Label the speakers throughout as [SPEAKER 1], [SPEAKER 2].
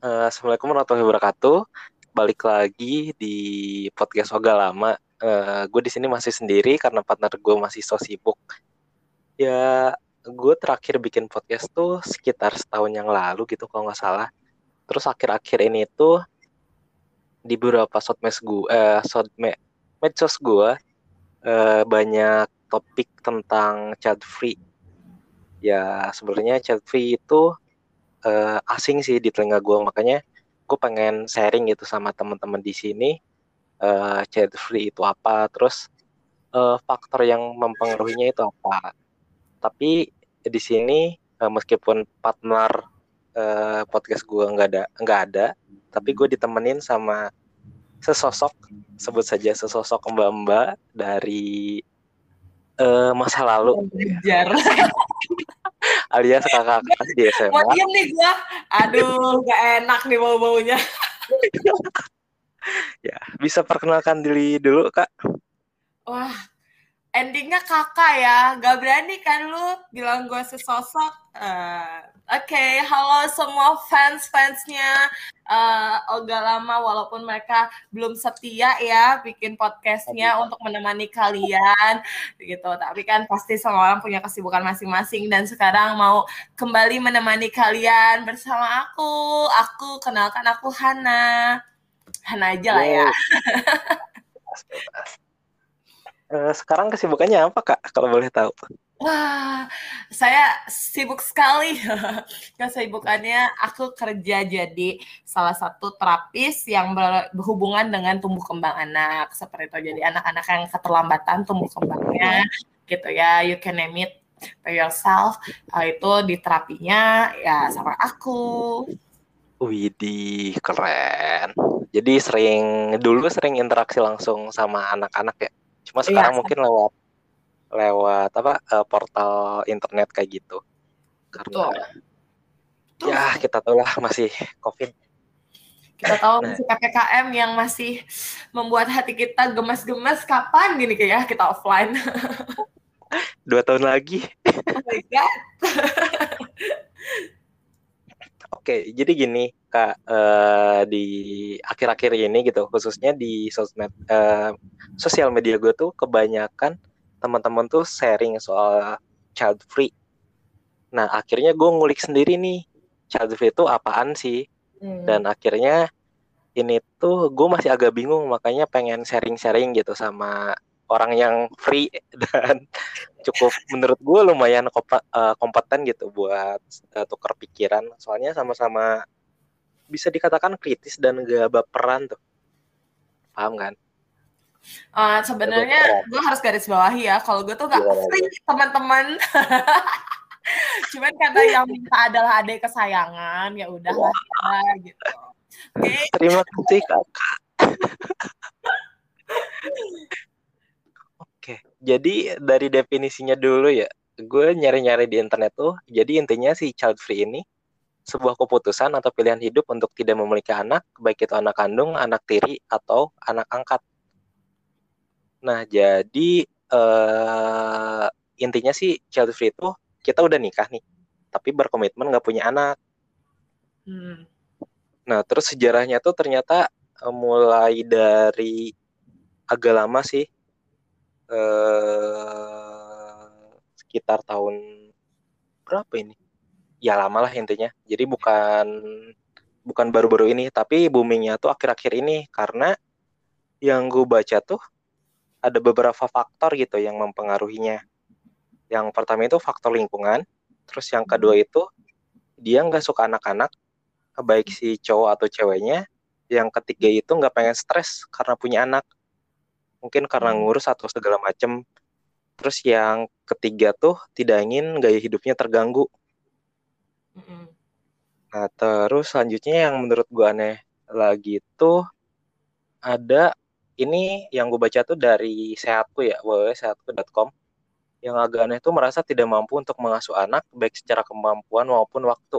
[SPEAKER 1] Assalamualaikum warahmatullahi wabarakatuh. Balik lagi di podcast Oga Lama. Gue di sini masih sendiri karena partner gue masih so sibuk. Ya, gue terakhir bikin podcast tuh sekitar setahun yang lalu gitu kalau nggak salah. Terus akhir-akhir ini tuh di beberapa medsos gue banyak topik tentang child free. Ya, sebenarnya child free itu asing sih di telinga gue, makanya gue pengen sharing gitu sama teman-teman di sini. Child free itu apa, terus faktor yang mempengaruhinya itu apa. Tapi di sini meskipun partner podcast gue nggak ada, tapi gue ditemenin sama sesosok, sebut saja sesosok mbak-mbak dari masa lalu,
[SPEAKER 2] Belajar.
[SPEAKER 1] alias kakak-kakak di
[SPEAKER 2] Mau
[SPEAKER 1] SMA.
[SPEAKER 2] diem nih gue. Aduh, gak enak nih bau-baunya.
[SPEAKER 1] Ya, bisa perkenalkan diri dulu kak.
[SPEAKER 2] Wah, endingnya kakak ya. Gak berani kan lu bilang gue sesosok. Oke, halo semua fans-fansnya Olga Lama, walaupun mereka belum setia ya bikin podcastnya untuk menemani kalian gitu. Tapi kan pasti semua orang punya kesibukan masing-masing dan sekarang mau kembali menemani kalian bersama aku. Kenalkan aku Hana. Hana aja lah ya.
[SPEAKER 1] Wow. Sekarang kesibukannya apa kak kalau boleh tahu?
[SPEAKER 2] Wah, saya sibuk sekali. Kesibukannya aku kerja jadi salah satu terapis yang berhubungan dengan tumbuh kembang anak. Seperti itu. Jadi anak-anak yang keterlambatan tumbuh kembangnya gitu ya. You can name it by yourself. Itu di terapinya ya sama aku.
[SPEAKER 1] Widih, keren. Jadi dulu sering interaksi langsung sama anak-anak ya. Cuma
[SPEAKER 2] Iya,
[SPEAKER 1] sekarang mungkin lewat lewat portal internet kayak gitu. Karena
[SPEAKER 2] betul. Tuh,
[SPEAKER 1] ya kita tahu lah masih COVID.
[SPEAKER 2] kita tahu
[SPEAKER 1] Nah,
[SPEAKER 2] masih PPKM yang masih membuat hati kita gemas-gemas kapan gini kayak kita offline.
[SPEAKER 1] 2 tahun lagi.
[SPEAKER 2] Oh my God.
[SPEAKER 1] Oke, jadi gini Kak, di akhir-akhir ini gitu, khususnya di sosial media gue tuh kebanyakan teman-teman tuh sharing soal child free. Nah, akhirnya gue ngulik sendiri nih, child free itu apaan sih? Dan akhirnya ini tuh gue masih agak bingung, makanya pengen sharing-sharing gitu sama orang yang free dan cukup menurut gue lumayan kompeten gitu buat tukar pikiran. Soalnya sama-sama bisa dikatakan kritis dan gak baperan tuh. Paham kan? Gak
[SPEAKER 2] Sebenarnya
[SPEAKER 1] baperan.
[SPEAKER 2] gue harus garis bawahi ya, kalau gue tuh gak free
[SPEAKER 1] Gimana?
[SPEAKER 2] teman-teman. Cuman karena yang minta adalah adik kesayangan, ya udahlah ya gitu. Oke.
[SPEAKER 1] Terima kasih kak. Oke, jadi dari definisinya dulu ya, gue nyari-nyari di internet tuh, jadi intinya si child free ini sebuah keputusan atau pilihan hidup untuk tidak memiliki anak, baik itu anak kandung, anak tiri, atau anak angkat. Nah, jadi intinya sih child free itu kita udah nikah nih, tapi berkomitmen nggak punya anak. Nah, terus sejarahnya tuh ternyata mulai dari agak lama sih, sekitar tahun berapa ini? Ya lama lah intinya. Jadi bukan baru-baru ini, tapi boomingnya tuh akhir-akhir ini karena yang gue baca tuh ada beberapa faktor gitu yang mempengaruhinya. Yang pertama itu faktor lingkungan, terus yang kedua itu dia nggak suka anak-anak, baik si cowok atau ceweknya. Yang ketiga itu nggak pengen stres karena punya anak, mungkin karena ngurus atau segala macem. Terus yang ketiga tuh tidak ingin gaya hidupnya terganggu. Nah, terus selanjutnya yang menurut gue aneh lagi tuh ada ini yang gue baca tuh dari Sehatku ya, www.sehatku.com. Yang agak aneh tuh merasa tidak mampu untuk mengasuh anak baik secara kemampuan maupun waktu.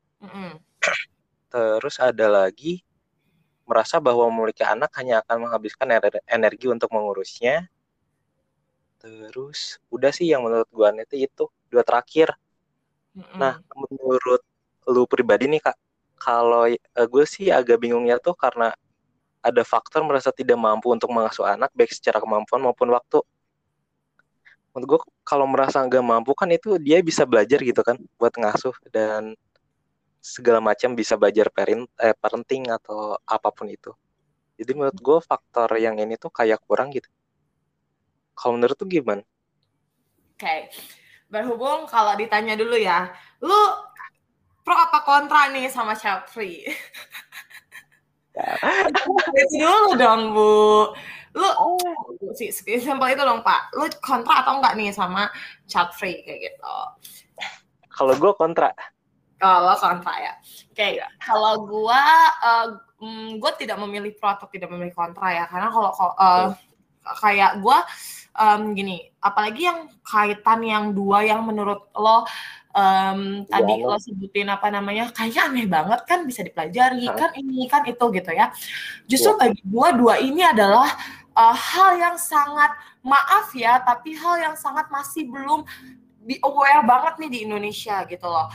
[SPEAKER 1] Terus ada lagi merasa bahwa memiliki anak hanya akan menghabiskan energi untuk mengurusnya. Terus udah sih yang menurut gue aneh itu dua terakhir. Nah, menurut lu pribadi nih Kak, Kalau gue sih agak bingungnya tuh karena ada faktor merasa tidak mampu untuk mengasuh anak baik secara kemampuan maupun waktu. Menurut gue kalau merasa nggak mampu kan itu dia bisa belajar gitu kan buat ngasuh dan segala macam, bisa belajar parenting atau apapun itu. Jadi menurut gue faktor yang ini tuh kayak kurang gitu. Kalau menurut tuh gimana?
[SPEAKER 2] Oke. Berhubung kalau ditanya dulu ya, lu pro apa kontra nih sama child free? Itu dulu dong, Bu. Lu sih simpel itu dong, Pak. Lu kontra atau enggak nih sama child free kayak gitu?
[SPEAKER 1] Kalau gue kontra.
[SPEAKER 2] Kalau kontra ya. Oke, kalau gue tidak memilih pro atau tidak memilih kontra ya, karena kalau kayak gue gini, apalagi yang kaitan yang dua yang menurut lo tadi lo sebutin apa namanya, kayaknya aneh banget kan, bisa dipelajari kan ini kan itu gitu ya. Justru bagi gue dua ini adalah hal yang sangat, maaf ya, tapi hal yang sangat masih belum di aware banget nih di Indonesia gitu loh.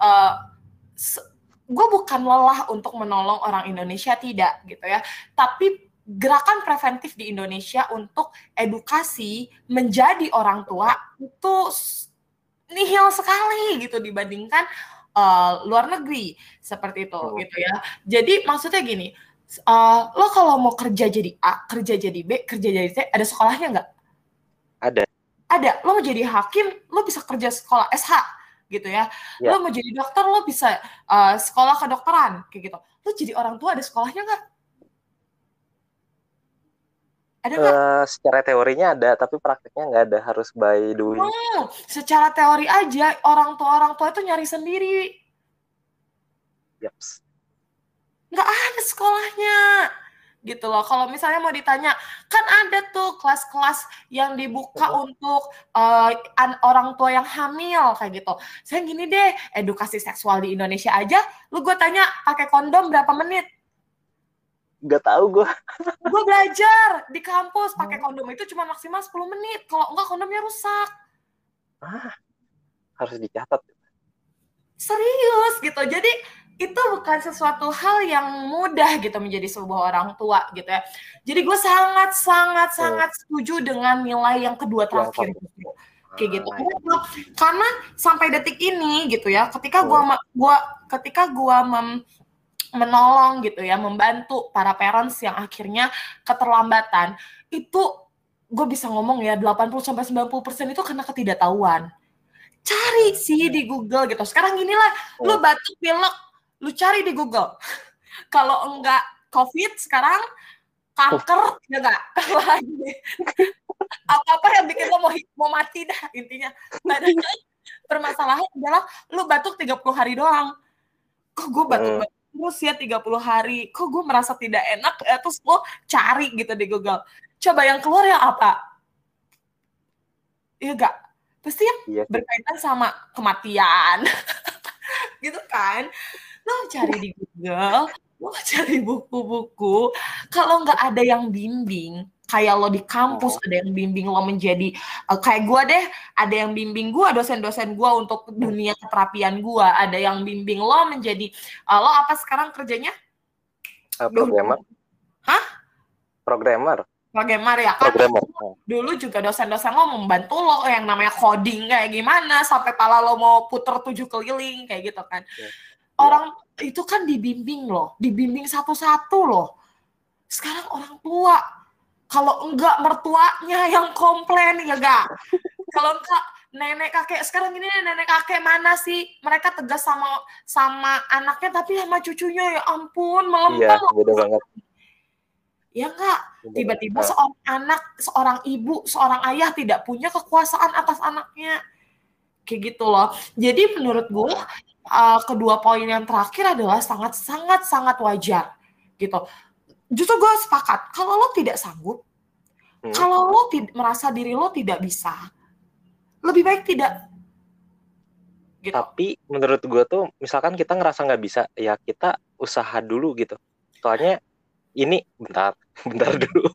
[SPEAKER 2] Gue bukan lelah untuk menolong orang Indonesia, tidak gitu ya, tapi gerakan preventif di Indonesia untuk edukasi menjadi orang tua itu nihil sekali gitu dibandingkan luar negeri seperti itu gitu ya. Jadi maksudnya gini, lo kalau mau kerja jadi A, kerja jadi B, kerja jadi C, ada sekolahnya nggak? Ada. Lo mau jadi hakim, lo bisa kerja sekolah SH gitu ya. Lo mau jadi dokter, lo bisa sekolah kedokteran kayak gitu. Lo jadi orang tua, ada sekolahnya nggak? Ada nggak?
[SPEAKER 1] Secara teorinya ada, tapi prakteknya nggak ada, harus by doing.
[SPEAKER 2] Secara teori aja orang tua itu nyari sendiri.
[SPEAKER 1] Yaps.
[SPEAKER 2] Nggak ada sekolahnya gitu loh. Kalau misalnya mau ditanya, kan ada tuh kelas-kelas yang dibuka untuk orang tua yang hamil kayak gitu. Saya gini deh, edukasi seksual di Indonesia aja, lu gue tanya pakai kondom berapa menit?
[SPEAKER 1] Gak tahu gue.
[SPEAKER 2] Gue belajar di kampus pakai kondom itu cuma maksimal 10 menit. Kalau enggak kondomnya rusak.
[SPEAKER 1] Harus dicatat.
[SPEAKER 2] Serius gitu. Jadi itu bukan sesuatu hal yang mudah gitu menjadi sebuah orang tua gitu ya. Jadi gue sangat setuju dengan nilai yang kedua terakhir gitu. Kayak gitu. Karena sampai detik ini gitu ya, ketika gue menolong gitu ya, membantu para parents yang akhirnya keterlambatan, itu gue bisa ngomong ya 80-90% itu karena ketidaktahuan. Cari sih di Google gitu. Sekarang inilah, lu batuk pilek, lu cari di Google. Kalau enggak COVID sekarang, kanker, ya enggak? Apa-apa yang bikin lo mau mati dah intinya. Permasalahan adalah lu batuk 30 hari doang. Kok gue batuk terus ya 30 hari, kok gue merasa tidak enak, terus lo cari gitu di Google. Coba yang keluar ya apa? Iya enggak? Pasti yang berkaitan sama kematian. Gitu kan? Lo cari di Google, lo cari buku-buku. Kalau nggak ada yang bimbing, kayak lo di kampus ada yang bimbing lo menjadi kayak gue deh, ada yang bimbing gue, dosen-dosen gue untuk dunia keterapian gue, ada yang bimbing lo menjadi lo apa sekarang kerjanya?
[SPEAKER 1] Programmer.
[SPEAKER 2] Hah?
[SPEAKER 1] Programmer
[SPEAKER 2] Ya kan? Dulu juga dosen-dosen lo membantu lo yang namanya coding kayak gimana sampai pala lo mau puter 7 keliling kayak gitu kan. Orang itu kan dibimbing loh, dibimbing satu-satu loh. Sekarang orang tua, kalau enggak mertuanya yang komplain ya enggak. Kalau enggak nenek kakek, sekarang ini nenek kakek mana sih? Mereka tegas sama anaknya tapi sama cucunya ya ampun melempem.
[SPEAKER 1] Iya, beda banget.
[SPEAKER 2] Ya enggak, tiba-tiba seorang anak, seorang ibu, seorang ayah tidak punya kekuasaan atas anaknya. Kayak gitu loh. Jadi menurut gue kedua poin yang terakhir adalah sangat wajar gitu. Justru gue sepakat, kalau lo tidak sanggup, kalau lo merasa diri lo tidak bisa, lebih baik tidak. Gitu.
[SPEAKER 1] Tapi menurut gue tuh, misalkan kita ngerasa nggak bisa, ya kita usaha dulu gitu. Soalnya ini bentar dulu.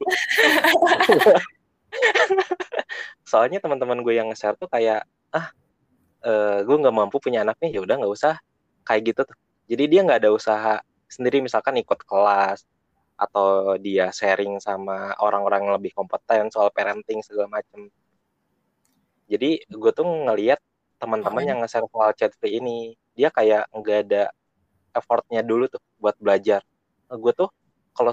[SPEAKER 1] Soalnya teman-teman gue yang nge-share tuh kayak gue nggak mampu punya anaknya, ya udah nggak usah kayak gitu tuh. Jadi dia nggak ada usaha sendiri, misalkan ikut kelas atau dia sharing sama orang-orang yang lebih kompeten soal parenting segala macam. Jadi gue tuh ngelihat teman-teman yang nge-share soal chat free ini, dia kayak nggak ada effortnya dulu tuh buat belajar. Gue tuh kalau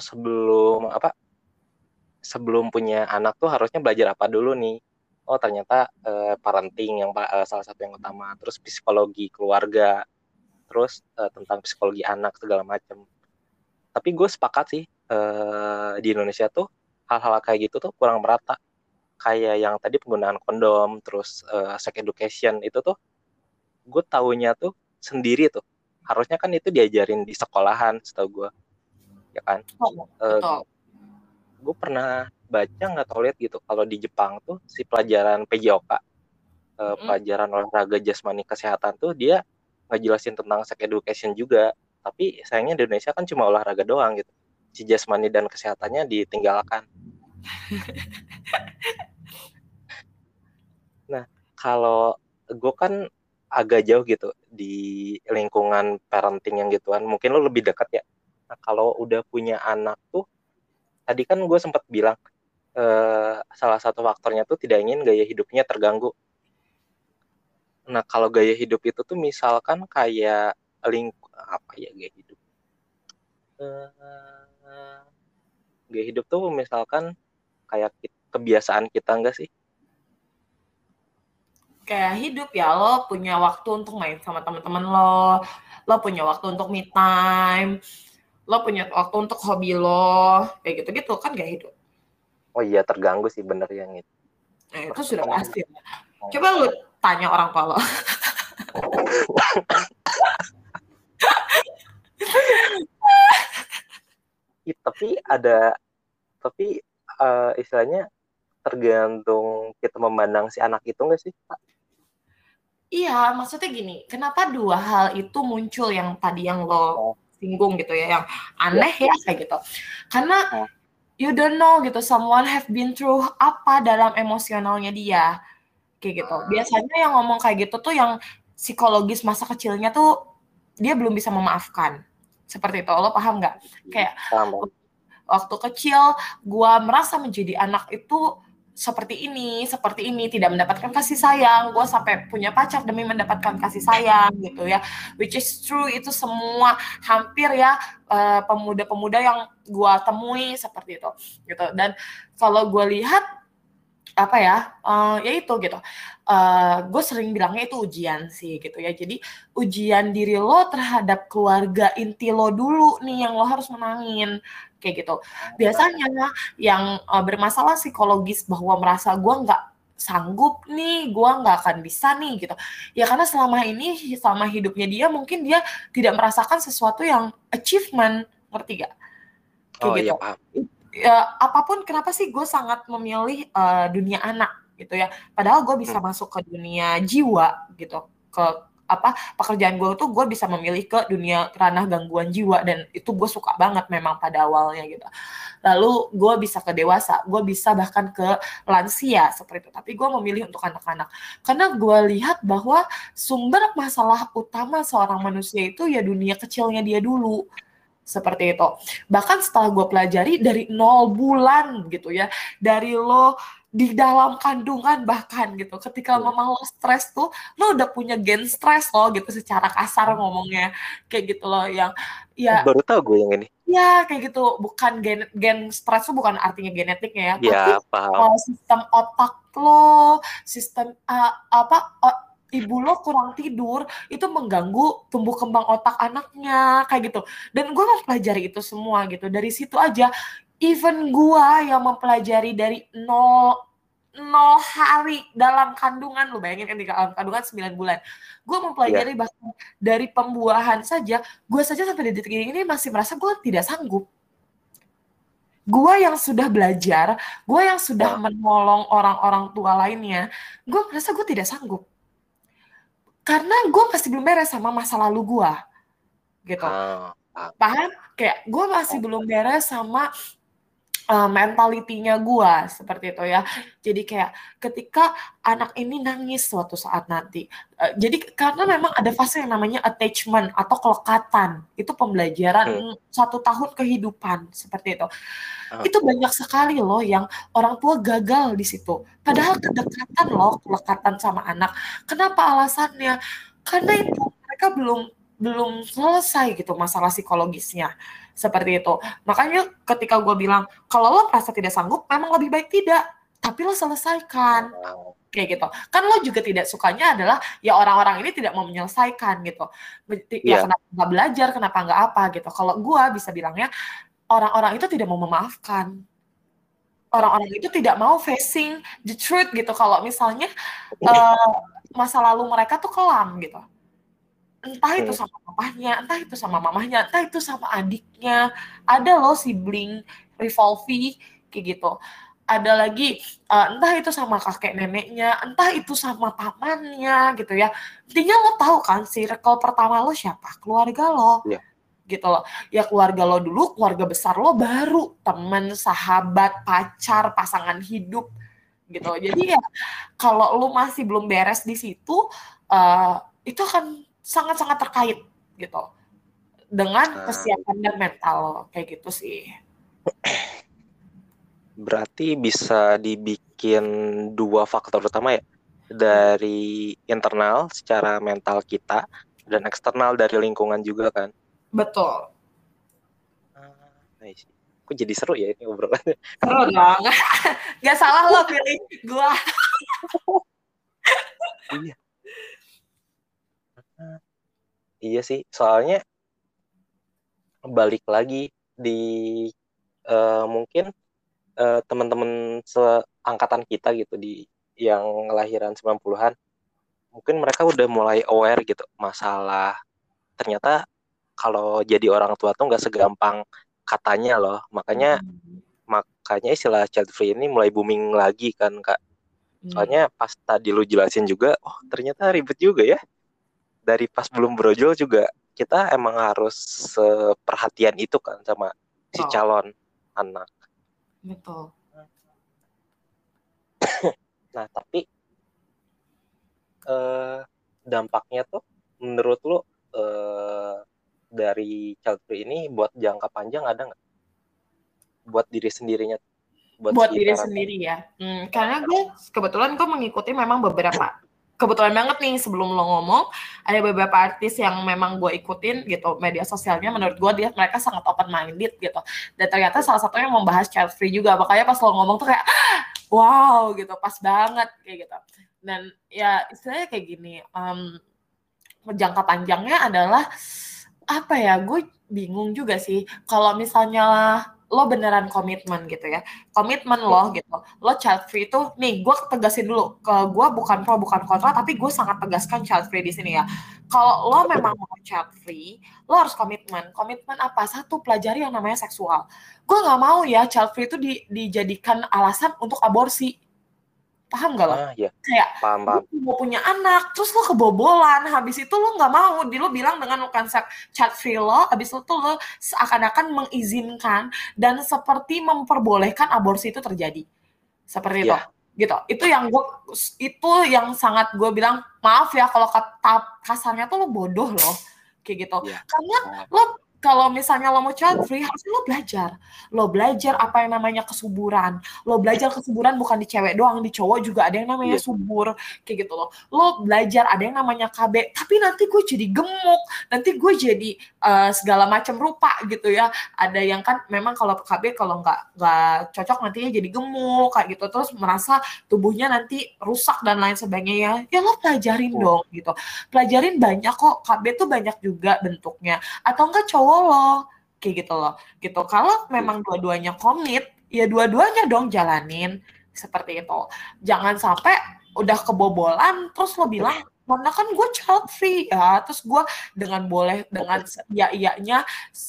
[SPEAKER 1] sebelum punya anak tuh harusnya belajar apa dulu nih? Oh ternyata parenting yang salah satu yang utama, terus psikologi keluarga, terus tentang psikologi anak segala macam. Tapi gue sepakat sih di Indonesia tuh hal-hal kayak gitu tuh kurang merata. Kayak yang tadi penggunaan kondom, terus sex education itu tuh gue taunya tuh sendiri tuh. Harusnya kan itu diajarin di sekolahan setahu gue, ya kan?
[SPEAKER 2] Betul.
[SPEAKER 1] Gue pernah baca nggak tau lihat gitu kalau di Jepang tuh si pelajaran PJOK, pelajaran olahraga jasmani kesehatan tuh dia ngejelasin tentang sex education juga, tapi sayangnya di Indonesia kan cuma olahraga doang gitu, si jasmani dan kesehatannya ditinggalkan. Nah kalau gue kan agak jauh gitu di lingkungan parenting yang gituan, mungkin lo lebih dekat ya. Nah kalau udah punya anak tuh, tadi kan gue sempat bilang salah satu faktornya tuh tidak ingin gaya hidupnya terganggu. Nah, kalau gaya hidup itu tuh misalkan kayak apa ya gaya hidup? Gaya hidup tuh misalkan kayak kebiasaan kita enggak sih?
[SPEAKER 2] Kayak hidup ya, lo punya waktu untuk main sama teman-teman lo punya waktu untuk me time, lo punya waktu untuk hobi lo, kayak gitu-gitu kan gaya hidup.
[SPEAKER 1] Oh iya, terganggu sih bener yang itu.
[SPEAKER 2] Nah, itu sudah pasti. Coba lu tanya orang tua lo.
[SPEAKER 1] Tapi istilahnya tergantung kita memandang si anak itu nggak sih, Pak?
[SPEAKER 2] Iya, maksudnya gini, kenapa dua hal itu muncul yang tadi yang lo singgung gitu ya, yang aneh ya kayak gitu. Karena you don't know gitu, someone have been through apa dalam emosionalnya dia, kayak gitu. Biasanya yang ngomong kayak gitu tuh yang psikologis masa kecilnya tuh dia belum bisa memaafkan. Seperti itu, lo paham nggak? Kayak waktu kecil gue merasa menjadi anak itu seperti ini, tidak mendapatkan kasih sayang, gue sampai punya pacar demi mendapatkan kasih sayang gitu ya, which is true, itu semua hampir ya pemuda-pemuda yang gue temui seperti itu gitu. Dan kalau gue lihat apa ya, ya itu gitu, gue sering bilangnya itu ujian sih gitu ya. Jadi ujian diri lo terhadap keluarga inti lo dulu nih yang lo harus menangin kayak gitu. Biasanya yang bermasalah psikologis bahwa merasa gue nggak sanggup nih, gue nggak akan bisa nih gitu. Ya karena selama hidupnya dia mungkin dia tidak merasakan sesuatu yang achievement, ngerti gak? Kayak gitu.
[SPEAKER 1] Iya, paham.
[SPEAKER 2] Ya, apapun kenapa sih gue sangat memilih dunia anak gitu ya. Padahal gue bisa masuk ke dunia jiwa gitu. Pekerjaan gue tuh gue bisa memilih ke dunia ranah gangguan jiwa dan itu gue suka banget memang pada awalnya gitu. Lalu gue bisa ke dewasa, gue bisa bahkan ke lansia seperti itu. Tapi gue memilih untuk anak-anak karena gue lihat bahwa sumber masalah utama seorang manusia itu ya dunia kecilnya dia dulu. Seperti itu. Bahkan setelah gue pelajari dari 0 bulan gitu ya, dari lo di dalam kandungan bahkan gitu, ketika mama lo stres tuh, lo udah punya gen stres lo gitu secara kasar ngomongnya, kayak gitu loh yang ya.
[SPEAKER 1] Baru tahu gue yang ini.
[SPEAKER 2] Ya kayak gitu, bukan gen stres tuh bukan artinya genetiknya ya, tapi
[SPEAKER 1] paham.
[SPEAKER 2] sistem otak lo, sistem ibu lo kurang tidur itu mengganggu tumbuh kembang otak anaknya kayak gitu. Dan gue mempelajari itu semua gitu. Dari situ aja, even gue yang mempelajari dari 0 hari dalam kandungan, lo bayangin kan di dalam kandungan 9 bulan. Gue mempelajari bahkan dari pembuahan saja, gue saja sampai di detik ini masih merasa gue tidak sanggup. Gue yang sudah belajar, gue yang sudah menolong orang-orang tua lainnya, gue merasa gue tidak sanggup. Karena gue masih belum beres sama masa lalu gue, gitu. Paham? Kayak gue masih belum beres sama mentalitinya gue seperti itu ya. Jadi kayak ketika anak ini nangis suatu saat nanti, jadi karena memang ada fase yang namanya attachment atau kelekatan, itu pembelajaran 1 tahun kehidupan seperti itu. Itu banyak sekali loh yang orang tua gagal di situ. Padahal kedekatan loh, kelekatan sama anak. Kenapa alasannya? Karena itu mereka belum selesai gitu masalah psikologisnya seperti itu. Makanya ketika gue bilang kalau lo merasa tidak sanggup, memang lebih baik tidak, tapi lo selesaikan kayak gitu. Kan lo juga tidak sukanya adalah ya orang-orang ini tidak mau menyelesaikan gitu. Ya kenapa nggak belajar, kenapa nggak apa gitu. Kalau gue bisa bilangnya orang-orang itu tidak mau memaafkan. Orang-orang itu tidak mau facing the truth gitu. Kalau misalnya masa lalu mereka tuh kelam gitu. Entah itu sama papahnya, entah itu sama mamahnya, entah itu sama adiknya. Ada loh sibling rivalry kayak gitu. Ada lagi entah itu sama kakek neneknya, entah itu sama pamannya gitu ya. Intinya lo tahu kan circle pertama lo siapa? Keluarga lo. Gitu loh. Ya keluarga lo dulu, keluarga besar lo baru teman, sahabat, pacar, pasangan hidup gitu. Jadi ya kalau lo masih belum beres di situ, itu akan sangat-sangat terkait gitu dengan kesiapan dan mental lo kayak gitu sih.
[SPEAKER 1] Berarti bisa dibikin 2 faktor utama ya, dari internal secara mental kita dan eksternal dari lingkungan juga kan.
[SPEAKER 2] Betul.
[SPEAKER 1] Kok jadi seru ya ini obrolannya.
[SPEAKER 2] Seru dong. Gak salah lo pilih gua.
[SPEAKER 1] Iya. Iya sih, soalnya balik lagi di mungkin teman-teman seangkatan kita gitu di yang ngelahiran 90-an, mungkin mereka udah mulai aware gitu masalah ternyata kalau jadi orang tua tuh nggak segampang katanya loh. Makanya istilah child free ini mulai booming lagi kan Kak. Soalnya pas tadi lu jelasin juga, oh ternyata ribet juga ya. Dari pas belum brojol juga kita emang harus perhatian itu kan sama si calon anak.
[SPEAKER 2] Betul.
[SPEAKER 1] Nah tapi dampaknya tuh menurut lu dari child free ini buat jangka panjang ada nggak? Buat diri sendirinya?
[SPEAKER 2] Buat diri sendiri ya. Karena gue kebetulan gue mengikuti memang beberapa. Kebetulan banget nih sebelum lo ngomong ada beberapa artis yang memang gue ikutin gitu media sosialnya, menurut gue mereka sangat open minded gitu, dan ternyata salah satunya membahas child free juga. Makanya pas lo ngomong tuh kayak wow gitu, pas banget kayak gitu. Dan ya istilahnya kayak gini, jangka panjangnya adalah apa ya, gue bingung juga sih. Kalau misalnya lo beneran komitmen gitu ya, komitmen lo gitu, lo child free itu nih, gue tegasin dulu, gue bukan pro bukan kontra, tapi gue sangat tegaskan child free di sini ya. Kalau lo memang mau child free, lo harus komitmen. Komitmen apa? Satu, pelajari yang namanya seksual. Gue nggak mau ya child free itu dijadikan alasan untuk aborsi. Paham gak lo?
[SPEAKER 1] Ya.
[SPEAKER 2] Kayak
[SPEAKER 1] paham.
[SPEAKER 2] Lo mau punya anak, terus lo kebobolan, habis itu lo nggak mau, lo bilang dengan konsep child free lo, habis itu lo seakan-akan mengizinkan dan seperti memperbolehkan aborsi itu terjadi, seperti itu, gitu. Itu yang sangat gue bilang, maaf ya kalau kata kasarnya tuh lo bodoh lo, kayak gitu. Karena lo kalau misalnya lo mau child free, harusnya lo belajar apa yang namanya kesuburan. Lo belajar kesuburan bukan di cewek doang, di cowok juga ada yang namanya subur, kayak gitu loh. Lo belajar ada yang namanya KB, tapi nanti gue jadi gemuk, nanti gue jadi segala macam rupa gitu ya. Ada yang kan memang kalau KB kalau nggak cocok nantinya jadi gemuk kayak gitu, terus merasa tubuhnya nanti rusak dan lain sebagainya. Ya lo pelajarin dong gitu. Pelajarin banyak kok, KB tuh banyak juga bentuknya. Atau enggak cowok lo kayak gitu loh gitu. Kalau memang dua-duanya komit, ya dua-duanya dong jalanin seperti itu. Jangan sampai udah kebobolan terus lo bilang karena kan gue child free ya, terus gue dengan iya-iyanya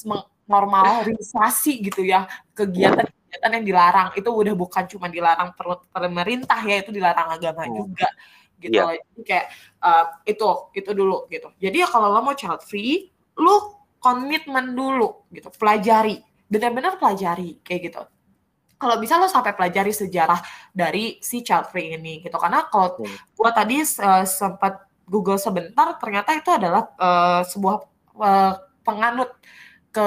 [SPEAKER 2] normalisasi gitu ya kegiatan yang dilarang. Itu udah bukan cuma dilarang pemerintah ya, itu dilarang agama juga gitu loh. Jadi kayak itu dulu gitu. Jadi ya kalau lo mau child free, lo komitmen dulu gitu, pelajari, benar-benar pelajari kayak gitu. kalau bisa lo sampai pelajari sejarah dari si child free ini gitu, karena kalau gue tadi sempat Google sebentar, ternyata itu adalah sebuah penganut ke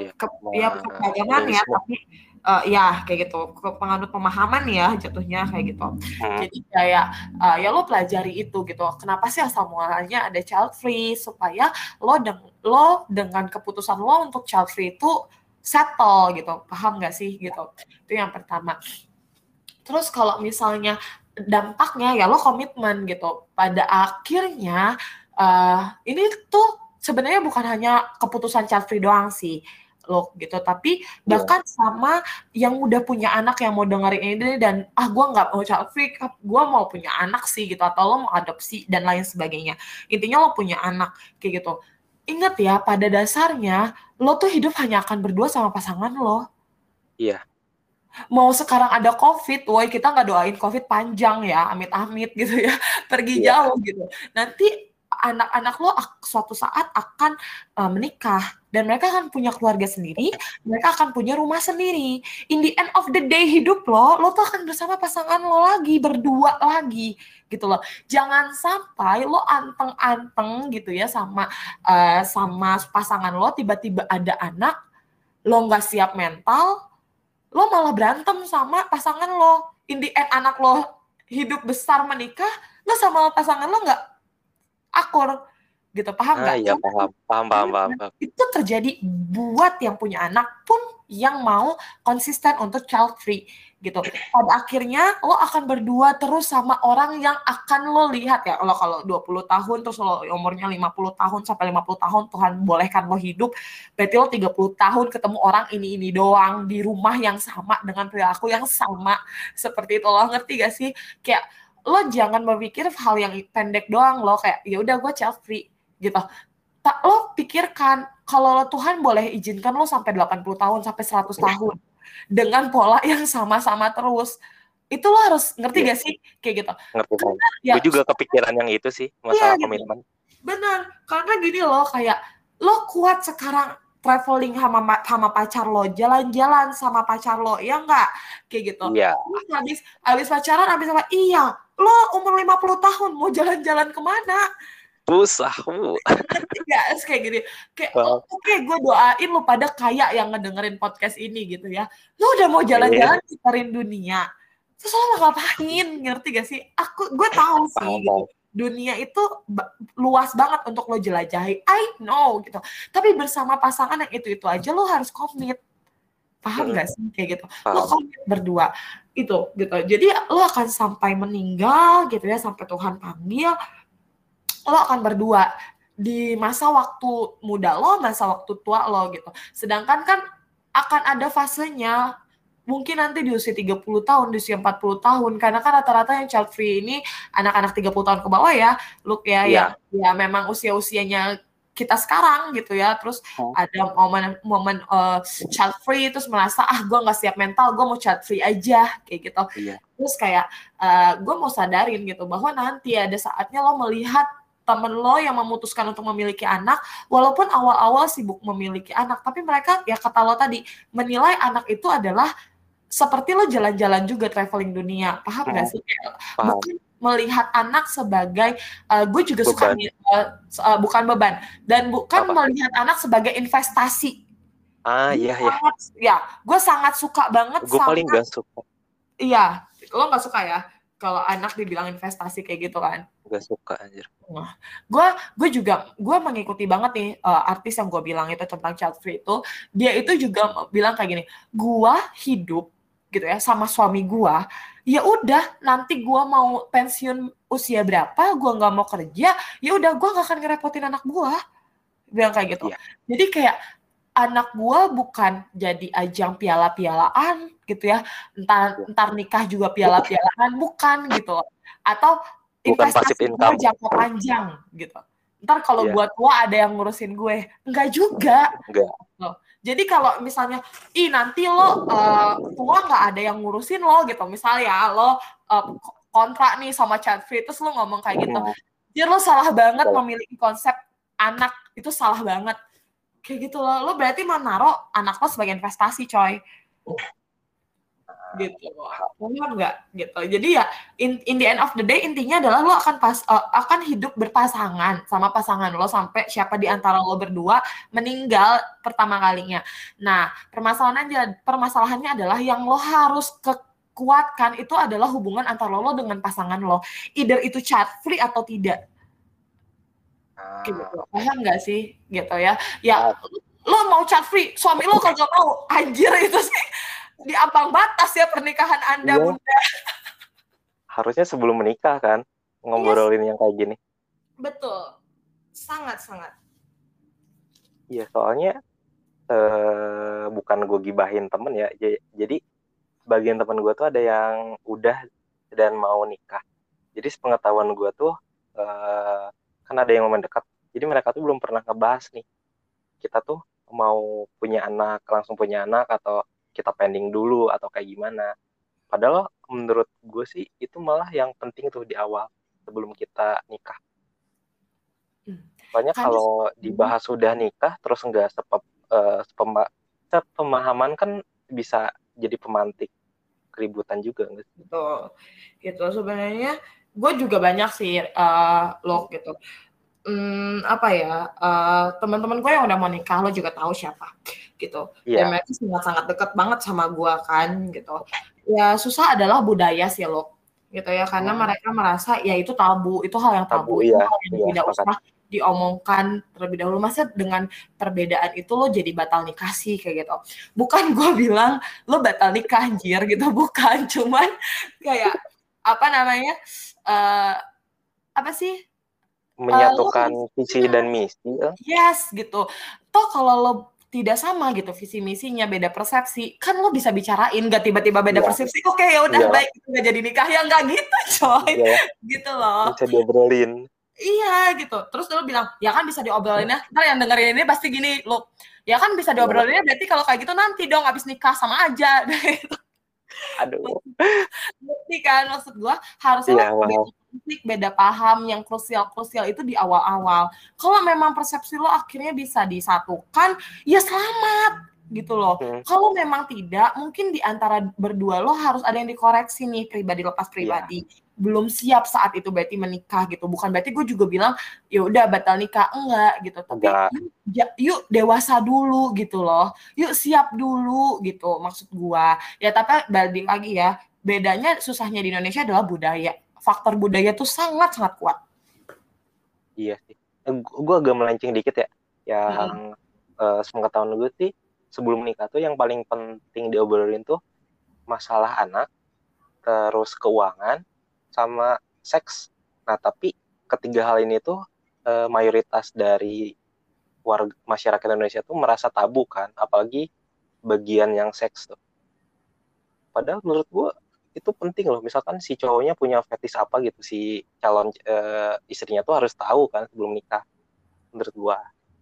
[SPEAKER 2] keagamaan ya, tapi ya kayak gitu, ke penganut pemahaman ya jatuhnya kayak gitu. Jadi kayak ya lo pelajari itu gitu, kenapa sih asal mulanya ada child free, supaya lo dengan keputusan lo untuk child free itu settle gitu, paham gak sih gitu. Itu yang pertama. Terus kalau misalnya dampaknya ya lo komitmen gitu. Pada akhirnya ini tuh sebenarnya bukan hanya keputusan child free doang sih lo gitu, tapi bahkan sama yang udah punya anak yang mau dengerin ini dan gue nggak mau child free, gue mau punya anak sih gitu, atau lo mau adopsi dan lain sebagainya. Intinya lo punya anak kayak gitu. Ingat ya, pada dasarnya lo tuh hidup hanya akan berdua sama pasangan lo.
[SPEAKER 1] Iya.
[SPEAKER 2] Mau sekarang ada COVID, woy, kita nggak doain COVID panjang ya, amit-amit gitu ya, pergi jauh gitu. Nanti anak-anak lo suatu saat akan menikah, dan mereka akan punya keluarga sendiri, mereka akan punya rumah sendiri. In the end of the day hidup lo tuh akan bersama pasangan lo lagi, berdua lagi gitu loh. Jangan sampai lo anteng-anteng gitu ya sama pasangan lo, tiba-tiba ada anak, lo nggak siap mental, lo malah berantem sama pasangan lo. In the end anak lo hidup besar menikah, lo sama pasangan lo nggak akur gitu, paham nggak?
[SPEAKER 1] Iya, paham.
[SPEAKER 2] Itu terjadi buat yang punya anak pun yang mau konsisten untuk child free gitu. Pada akhirnya lo akan berdua terus sama orang yang akan lo lihat ya. Lo kalau 20 tahun terus lo umurnya 50 tahun sampai 50 tahun Tuhan bolehkan lo hidup, berarti lo 30 tahun ketemu orang ini doang di rumah yang sama dengan perilaku yang sama seperti itu. Lo ngerti gak sih? Kayak lo jangan berpikir hal yang pendek doang, lo kayak ya udah gue child free gitu. Tak, lo pikirkan kalau Tuhan boleh izinkan lo sampai 80 tahun sampai 100 tahun dengan pola yang sama-sama terus. Itu lo harus ngerti gak sih kayak gitu.
[SPEAKER 1] Ngerti. Gue juga kepikiran yang itu sih, masalah komitmen.
[SPEAKER 2] Benar, karena gini lo kayak lo kuat sekarang traveling sama pacar lo, jalan-jalan sama pacar lo, ya enggak? Kayak gitu.
[SPEAKER 1] Iya.
[SPEAKER 2] Habis pacaran, habis apa? Iya, lo umur 50 tahun mau jalan-jalan kemana?
[SPEAKER 1] Susah.
[SPEAKER 2] Ya, kayak gini. Kayak oke, gue doain lo pada kayak yang ngedengerin podcast ini gitu ya. Lo udah mau jalan-jalan citarin dunia. Terus lo mau ngapain? Ngerti gak sih? Gue tahu sih gitu. Dunia itu luas banget untuk lo jelajahi. I know gitu. Tapi bersama pasangan yang itu aja lo harus komit. Paham gak sih kayak gitu? Lo komit berdua itu gitu. Jadi lo akan sampai meninggal gitu ya, sampai Tuhan panggil. Lo akan berdua di masa waktu muda lo, masa waktu tua lo gitu. Sedangkan kan akan ada fasenya mungkin nanti di usia 30 tahun, di usia 40 tahun, karena kan rata-rata yang child free ini anak-anak 30 tahun ke bawah ya, Luke ya, ya memang usia-usianya kita sekarang gitu ya, terus ada momen child free, terus merasa gue nggak siap mental, gue mau child free aja kayak gitu. Terus kayak gue mau sadarin gitu bahwa nanti ada saatnya lo melihat temen lo yang memutuskan untuk memiliki anak, walaupun awal-awal sibuk memiliki anak, tapi mereka ya kata lo tadi menilai anak itu adalah seperti lo jalan-jalan juga traveling dunia, paham nggak sih? Bukan melihat anak sebagai gue juga beban. Suka bukan beban, dan bukan melihat anak sebagai investasi. Ya, gue sangat suka banget.
[SPEAKER 1] Gue paling gak suka.
[SPEAKER 2] Iya, lo nggak suka ya kalau anak dibilang investasi kayak gitu kan?
[SPEAKER 1] Gak suka anjir.
[SPEAKER 2] Gue mengikuti banget nih artis yang gue bilang itu tentang child free itu, dia itu juga bilang kayak gini, gue hidup gitu ya sama suami gue, ya udah nanti gue mau pensiun usia berapa, gue nggak mau kerja, ya udah gue nggak akan ngerepotin anak gue, bilang kayak gitu. Jadi kayak anak gue bukan jadi ajang piala-pialaan gitu ya, entar nikah juga piala-pialaan, bukan gitu, atau investasi gue jangka panjang gitu. Ntar kalau gue tua ada yang ngurusin gue, enggak juga. Loh. Jadi kalau misalnya, nanti lo tua nggak ada yang ngurusin lo gitu, misalnya lo kontrak nih sama child free, terus lo ngomong kayak gitu, jadi lo salah banget memiliki konsep anak, itu salah banget. Kayak gitu lo berarti menaruh anak lo sebagai investasi, coy. gitu. Paham nggak? Gitu. Jadi ya in the end of the day intinya adalah lo akan hidup berpasangan sama pasangan lo sampai siapa di antara lo berdua meninggal pertama kalinya. Nah, permasalahannya adalah yang lo harus kuatkan itu adalah hubungan antara lo dengan pasangan lo. Either itu chat free atau tidak. Gitu. Paham nggak sih? Gitu ya. Ya, lo mau chat free, suami lo kagak mau. Anjir, itu sih di ambang batas ya pernikahan Anda, Bunda.
[SPEAKER 1] Harusnya sebelum menikah kan ngobrolin yang kayak gini.
[SPEAKER 2] Betul. Sangat-sangat.
[SPEAKER 1] Iya, soalnya bukan gue gibahin temen ya. Jadi bagian temen gue tuh ada yang udah dan mau nikah. Jadi sepengetahuan gue tuh kan ada yang mendekat. Jadi mereka tuh belum pernah ngebahas nih. Kita tuh mau punya anak, langsung punya anak atau kita pending dulu atau kayak gimana. Padahal menurut gue sih itu malah yang penting tuh di awal sebelum kita nikah. Soalnya kalau dibahas sudah nikah terus nggak sepemahaman kan bisa jadi pemantik keributan juga nggak sih?
[SPEAKER 2] Betul. Gitu sebenarnya gue juga banyak sih lo gitu. Apa ya, teman-teman gue yang udah mau nikah lo juga tahu siapa gitu. Dan mereka sangat-sangat deket banget sama gue kan gitu. Ya susah adalah budaya sih lo gitu ya, karena mereka merasa ya itu tabu, itu hal yang tabu, itu hal yang tidak usah diomongkan terlebih dahulu. Masa dengan perbedaan itu lo jadi batal nikah sih kayak gitu. Bukan gue bilang lo batal nikah anjir gitu, bukan, cuman kayak apa namanya, apa sih,
[SPEAKER 1] menyatukan visi dan misi.
[SPEAKER 2] Yes gitu. Toh kalau lo tidak sama gitu visi misinya, beda persepsi, kan lo bisa bicarain, gak tiba-tiba beda persepsi. Oke, ya udah baik, itu gak jadi nikah, ya nggak gitu coy. Gitu loh.
[SPEAKER 1] Bisa diobrolin.
[SPEAKER 2] Iya gitu. Terus lo bilang, ya kan bisa diobrolin ya. Ntar yang dengerin ini pasti gini, lo ya kan bisa diobrolin ya, berarti kalau kayak gitu nanti dong abis nikah sama aja.
[SPEAKER 1] Aduh.
[SPEAKER 2] Ngerti kan maksud gue? Harusnya beda paham yang krusial itu di awal-awal. Kalau memang persepsi lo akhirnya bisa disatukan, ya selamat gitu loh. Kalau memang tidak, mungkin di antara berdua lo harus ada yang dikoreksi nih, pribadi lepas pribadi. Belum siap saat itu berarti menikah gitu. Bukan berarti gue juga bilang ya udah batal nikah, enggak gitu. Tapi yuk dewasa dulu gitu loh. Yuk siap dulu gitu maksud gue. Ya tapi balik lagi ya, bedanya susahnya di Indonesia adalah budaya. Faktor budaya tuh sangat-sangat kuat.
[SPEAKER 1] Iya sih. Gue agak melenceng dikit ya. Yang sepengetahuan gue sih sebelum nikah tuh yang paling penting diobrolin tuh masalah anak, terus keuangan, sama seks. Nah tapi ketiga hal ini tuh mayoritas dari warga masyarakat Indonesia tuh merasa tabu kan, apalagi bagian yang seks tuh. Padahal menurut gue itu penting loh, misalkan si cowoknya punya fetish apa gitu, si calon istrinya tuh harus tahu kan sebelum nikah, menurut gua.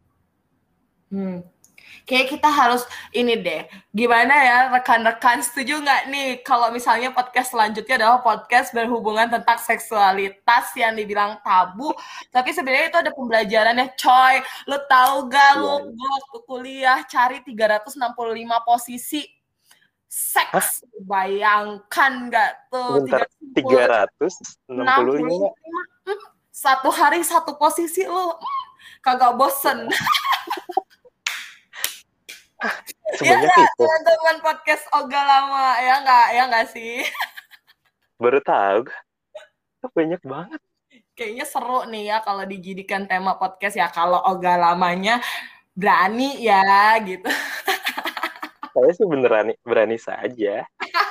[SPEAKER 2] Kayak kita harus ini deh, gimana ya rekan-rekan, setuju nggak nih kalau misalnya podcast selanjutnya adalah podcast berhubungan tentang seksualitas yang dibilang tabu, tapi sebenarnya itu ada pembelajarannya coy. Lo tahu gak lo, gue waktu kuliah cari 365 posisi seks, bayangkan gak tuh?
[SPEAKER 1] 365
[SPEAKER 2] satu hari satu posisi, lo kagak bosen. Ya teman-teman podcast Oga lama ya nggak sih?
[SPEAKER 1] Baru tahu, banyak banget.
[SPEAKER 2] Kayaknya seru nih ya kalau dijadikan tema podcast ya, kalau Oga lamanya berani ya gitu.
[SPEAKER 1] Saya sih beneran berani saja.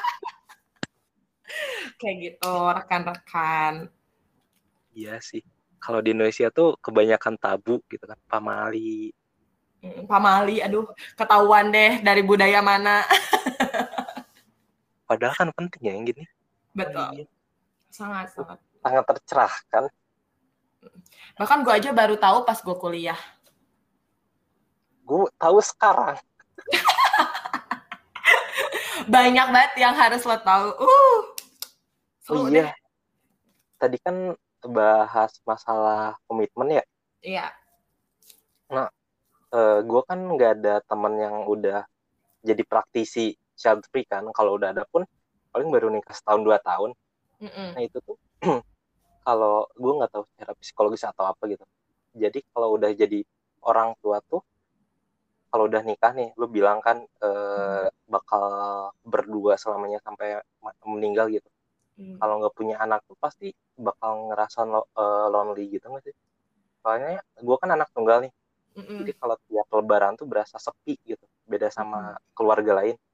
[SPEAKER 2] Kayak gitu rekan-rekan.
[SPEAKER 1] Iya sih. Kalau di Indonesia tuh kebanyakan tabu gitu kan, pamali.
[SPEAKER 2] Pamali, aduh ketahuan deh dari budaya mana.
[SPEAKER 1] Padahal kan penting ya yang gini.
[SPEAKER 2] Betul. Sangat
[SPEAKER 1] tercerahkan.
[SPEAKER 2] Bahkan gue aja baru tahu pas gue kuliah.
[SPEAKER 1] Gue tahu sekarang.
[SPEAKER 2] Banyak banget yang harus lo tahu.
[SPEAKER 1] Iya. Tadi kan bahas masalah komitmen ya.
[SPEAKER 2] Iya.
[SPEAKER 1] Nah, gue kan nggak ada teman yang udah jadi praktisi child free kan. Kalau udah ada pun paling baru nikah setahun 2 tahun. Nah itu tuh kalau gue nggak tahu secara psikologis atau apa gitu. Jadi kalau udah jadi orang tua tuh, kalau udah nikah nih, lu bilang kan bakal berdua selamanya sampai meninggal gitu. Kalau nggak punya anak tuh pasti bakal ngerasa lonely gitu nggak sih? Soalnya gue kan anak tunggal nih. Jadi kalau tiap lebaran tuh berasa sepi gitu. Beda sama keluarga lain.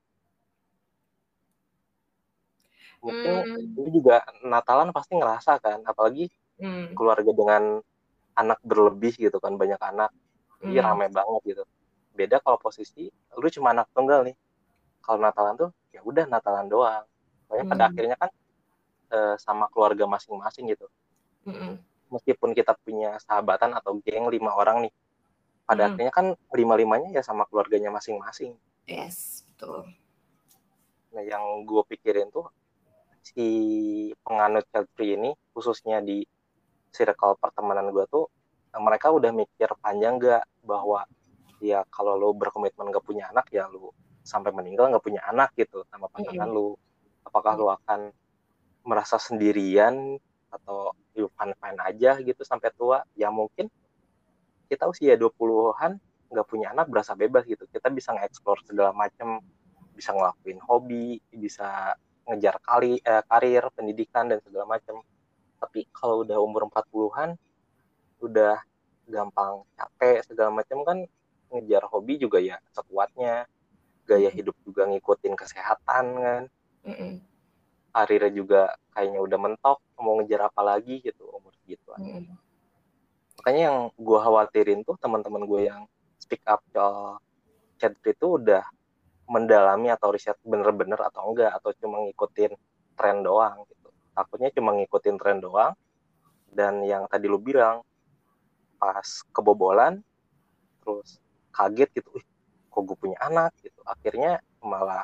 [SPEAKER 1] Mungkin lu juga Natalan pasti ngerasa kan. Apalagi keluarga dengan anak berlebih gitu kan. Banyak anak. Jadi rame banget gitu. Beda kalau posisi lu cuma anak tunggal nih. Kalau Natalan tuh ya udah Natalan doang. Soalnya pada akhirnya kan sama keluarga masing-masing gitu. Meskipun kita punya sahabatan atau geng 5 orang nih, pada akhirnya kan 5-5-nya ya sama keluarganya masing-masing.
[SPEAKER 2] Yes, betul.
[SPEAKER 1] Nah yang gue pikirin tuh si penganut child free ini, khususnya di circle pertemanan gue tuh, mereka udah mikir panjang gak bahwa ya kalau lo berkomitmen gak punya anak, ya lo sampai meninggal gak punya anak gitu sama pasangan lo. Apakah lo akan merasa sendirian atau you fine-fine aja gitu sampai tua? Ya mungkin kita usia 20-an gak punya anak berasa bebas gitu. Kita bisa nge-explore segala macam, bisa ngelakuin hobi, bisa ngejar karir, pendidikan, dan segala macam. Tapi kalau udah umur 40-an, udah gampang capek, segala macam kan, ngejar hobi juga ya sekuatnya, gaya hidup juga ngikutin kesehatan kan, karirnya juga kayaknya udah mentok, mau ngejar apa lagi gitu umur segitu. Makanya yang gue khawatirin tuh teman-teman gue yang speak up soal child free itu udah mendalami atau riset bener-bener atau enggak, atau cuma ngikutin tren doang gitu. Takutnya cuma ngikutin tren doang, dan yang tadi lu bilang pas kebobolan terus kaget gitu, kok gue punya anak gitu, akhirnya malah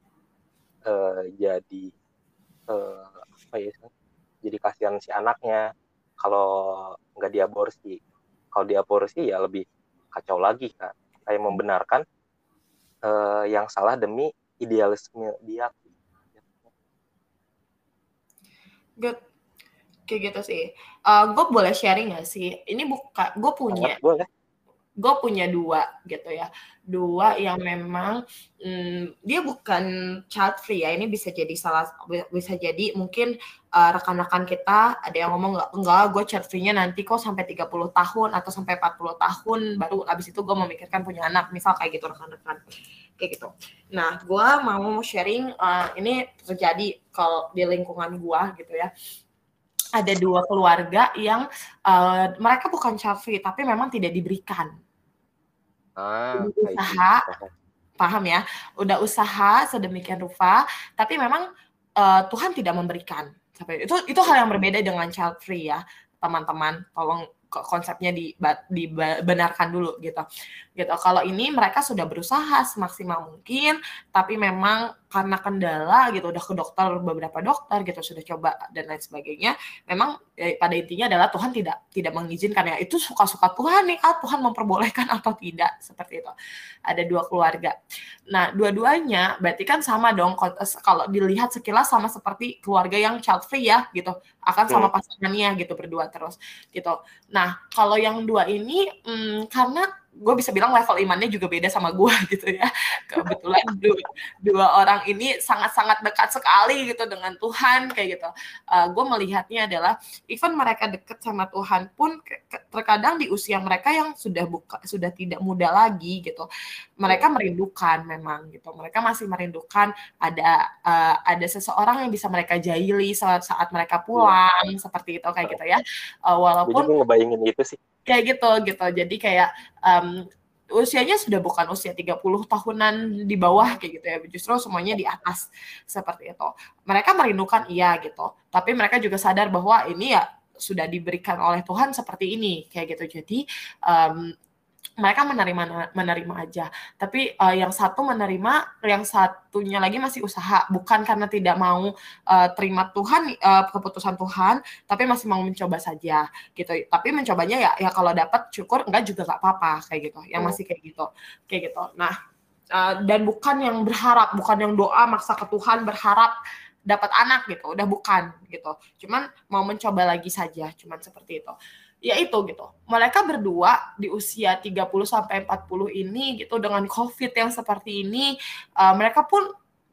[SPEAKER 1] jadi apa ya, jadi kasihan si anaknya kalau nggak diaborsi. Kalau diaborsi ya lebih kacau lagi kan, kayak membenarkan yang salah demi idealisme dia.
[SPEAKER 2] Good. Kayak gitu sih. Gue boleh sharing gak sih? Ini bukan, gue punya 2 gitu ya. 2 yang memang dia bukan child free ya. Ini bisa jadi mungkin rekan-rekan kita ada yang ngomong enggak gue child free-nya nanti kok sampai 30 tahun atau sampai 40 tahun baru abis itu gue memikirkan punya anak. Misal kayak gitu rekan-rekan. Kayak gitu. Nah, gue mau sharing ini terjadi kalau di lingkungan gue gitu ya. Ada 2 keluarga yang mereka bukan child free tapi memang tidak diberikan. Usaha, paham ya? Udah usaha sedemikian rupa, tapi memang Tuhan tidak memberikan. Itu hal yang berbeda dengan child free ya, teman-teman. Tolong konsepnya dibenarkan dulu gitu. Kalau ini mereka sudah berusaha semaksimal mungkin, tapi memang karena kendala gitu, udah ke dokter, beberapa dokter gitu, sudah coba dan lain sebagainya. Memang pada intinya adalah Tuhan tidak mengizinkan ya. Itu suka-suka Tuhan nih, Tuhan memperbolehkan atau tidak, seperti itu. Ada 2 keluarga. Nah, dua-duanya berarti kan sama dong, kalau dilihat sekilas sama seperti keluarga yang child free ya gitu, akan sama pasangannya gitu, berdua terus gitu. Nah, kalau yang 2 ini karena gue bisa bilang level imannya juga beda sama gue gitu ya. Kebetulan 2 orang ini sangat-sangat dekat sekali gitu dengan Tuhan kayak gitu. Gue melihatnya adalah even mereka dekat sama Tuhan pun terkadang di usia mereka yang sudah tidak muda lagi gitu, mereka merindukan memang gitu. Mereka masih merindukan ada seseorang yang bisa mereka jahili saat mereka pulang seperti itu kayak gitu ya. Walaupun
[SPEAKER 1] gue ngebayangin itu sih.
[SPEAKER 2] Kayak gitu. Jadi kayak usianya sudah bukan usia 30 tahunan di bawah kayak gitu ya. Justru semuanya di atas seperti itu. Mereka merindukan iya gitu. Tapi mereka juga sadar bahwa ini ya sudah diberikan oleh Tuhan seperti ini kayak gitu. Jadi mereka menerima aja. Tapi yang satu menerima, yang satunya lagi masih usaha. Bukan karena tidak mau terima Tuhan, keputusan Tuhan, tapi masih mau mencoba saja gitu. Tapi mencobanya ya kalau dapat syukur, enggak juga nggak apa-apa kayak gitu. Yang masih kayak gitu. Nah, dan bukan yang berharap, bukan yang doa maksa ke Tuhan berharap dapat anak gitu, udah bukan gitu. Cuman mau mencoba lagi saja, cuman seperti itu. Ya itu gitu. Mereka berdua di usia 30 sampai 40 ini gitu dengan COVID yang seperti ini, mereka pun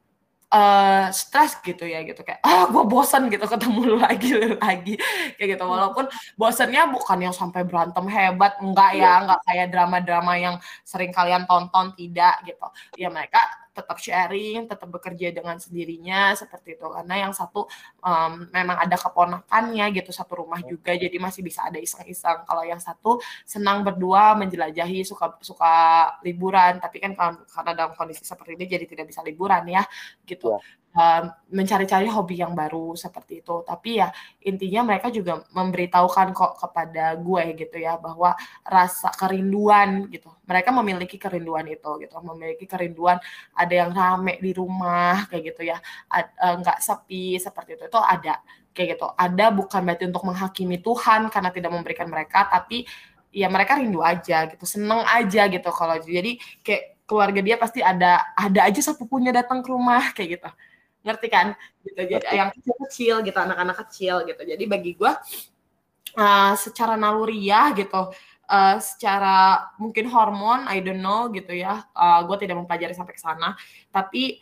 [SPEAKER 2] stres gitu ya gitu kayak gue bosan gitu ketemu lu lagi kayak gitu walaupun bosannya bukan yang sampai berantem hebat enggak ya enggak kayak drama-drama yang sering kalian tonton tidak gitu ya mereka tetap sharing tetap bekerja dengan sendirinya seperti itu karena yang satu memang ada keponakannya gitu satu rumah juga jadi masih bisa ada iseng-iseng kalau yang satu senang berdua menjelajahi suka liburan tapi kan karena dalam kondisi seperti ini jadi tidak bisa liburan ya gitu mencari-cari hobi yang baru seperti itu tapi ya intinya mereka juga memberitahukan kok kepada gue gitu ya bahwa rasa kerinduan gitu mereka memiliki kerinduan itu gitu memiliki kerinduan ada yang rame di rumah kayak gitu ya nggak sepi seperti itu ada kayak gitu ada bukan berarti untuk menghakimi Tuhan karena tidak memberikan mereka tapi ya mereka rindu aja gitu seneng aja gitu kalau jadi kayak keluarga dia pasti ada aja sepupunya datang ke rumah kayak gitu ngerti kan gitu jadi yang kecil gitu anak-anak kecil gitu jadi bagi gue secara naluriah gitu secara mungkin hormon I don't know gitu ya gue tidak mempelajari sampai ke sana tapi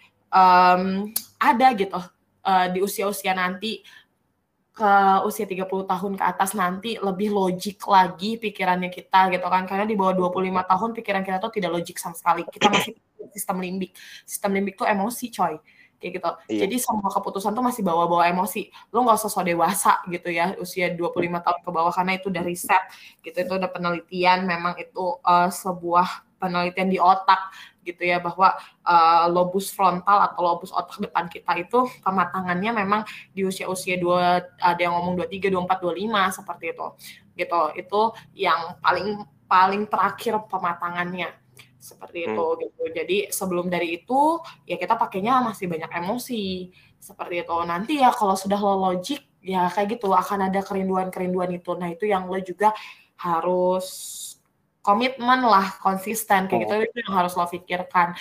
[SPEAKER 2] ada gitu di usia-usia nanti ke usia 30 tahun ke atas nanti lebih logik lagi pikirannya kita gitu kan karena di bawah 25 tahun pikiran kita tuh tidak logik sama sekali kita masih sistem limbik tuh emosi coy kayak gitu. Iya. Jadi semua keputusan tuh masih bawa-bawa emosi. Lo nggak usah so dewasa gitu ya, usia 25 tahun ke bawah karena itu udah riset gitu. Itu udah penelitian, memang itu sebuah penelitian di otak gitu ya bahwa lobus frontal atau lobus otak depan kita itu kematangannya memang di usia-usia ada yang ngomong 23, 24, 25 seperti itu. Gitu. Itu yang paling terakhir pematangannya seperti itu gitu. Jadi sebelum dari itu ya kita pakainya masih banyak emosi seperti itu. Nanti ya kalau sudah lo logik ya kayak gitu akan ada kerinduan itu. Nah itu yang lo juga harus komitmen lah konsisten kayak gitu itu yang harus lo pikirkan.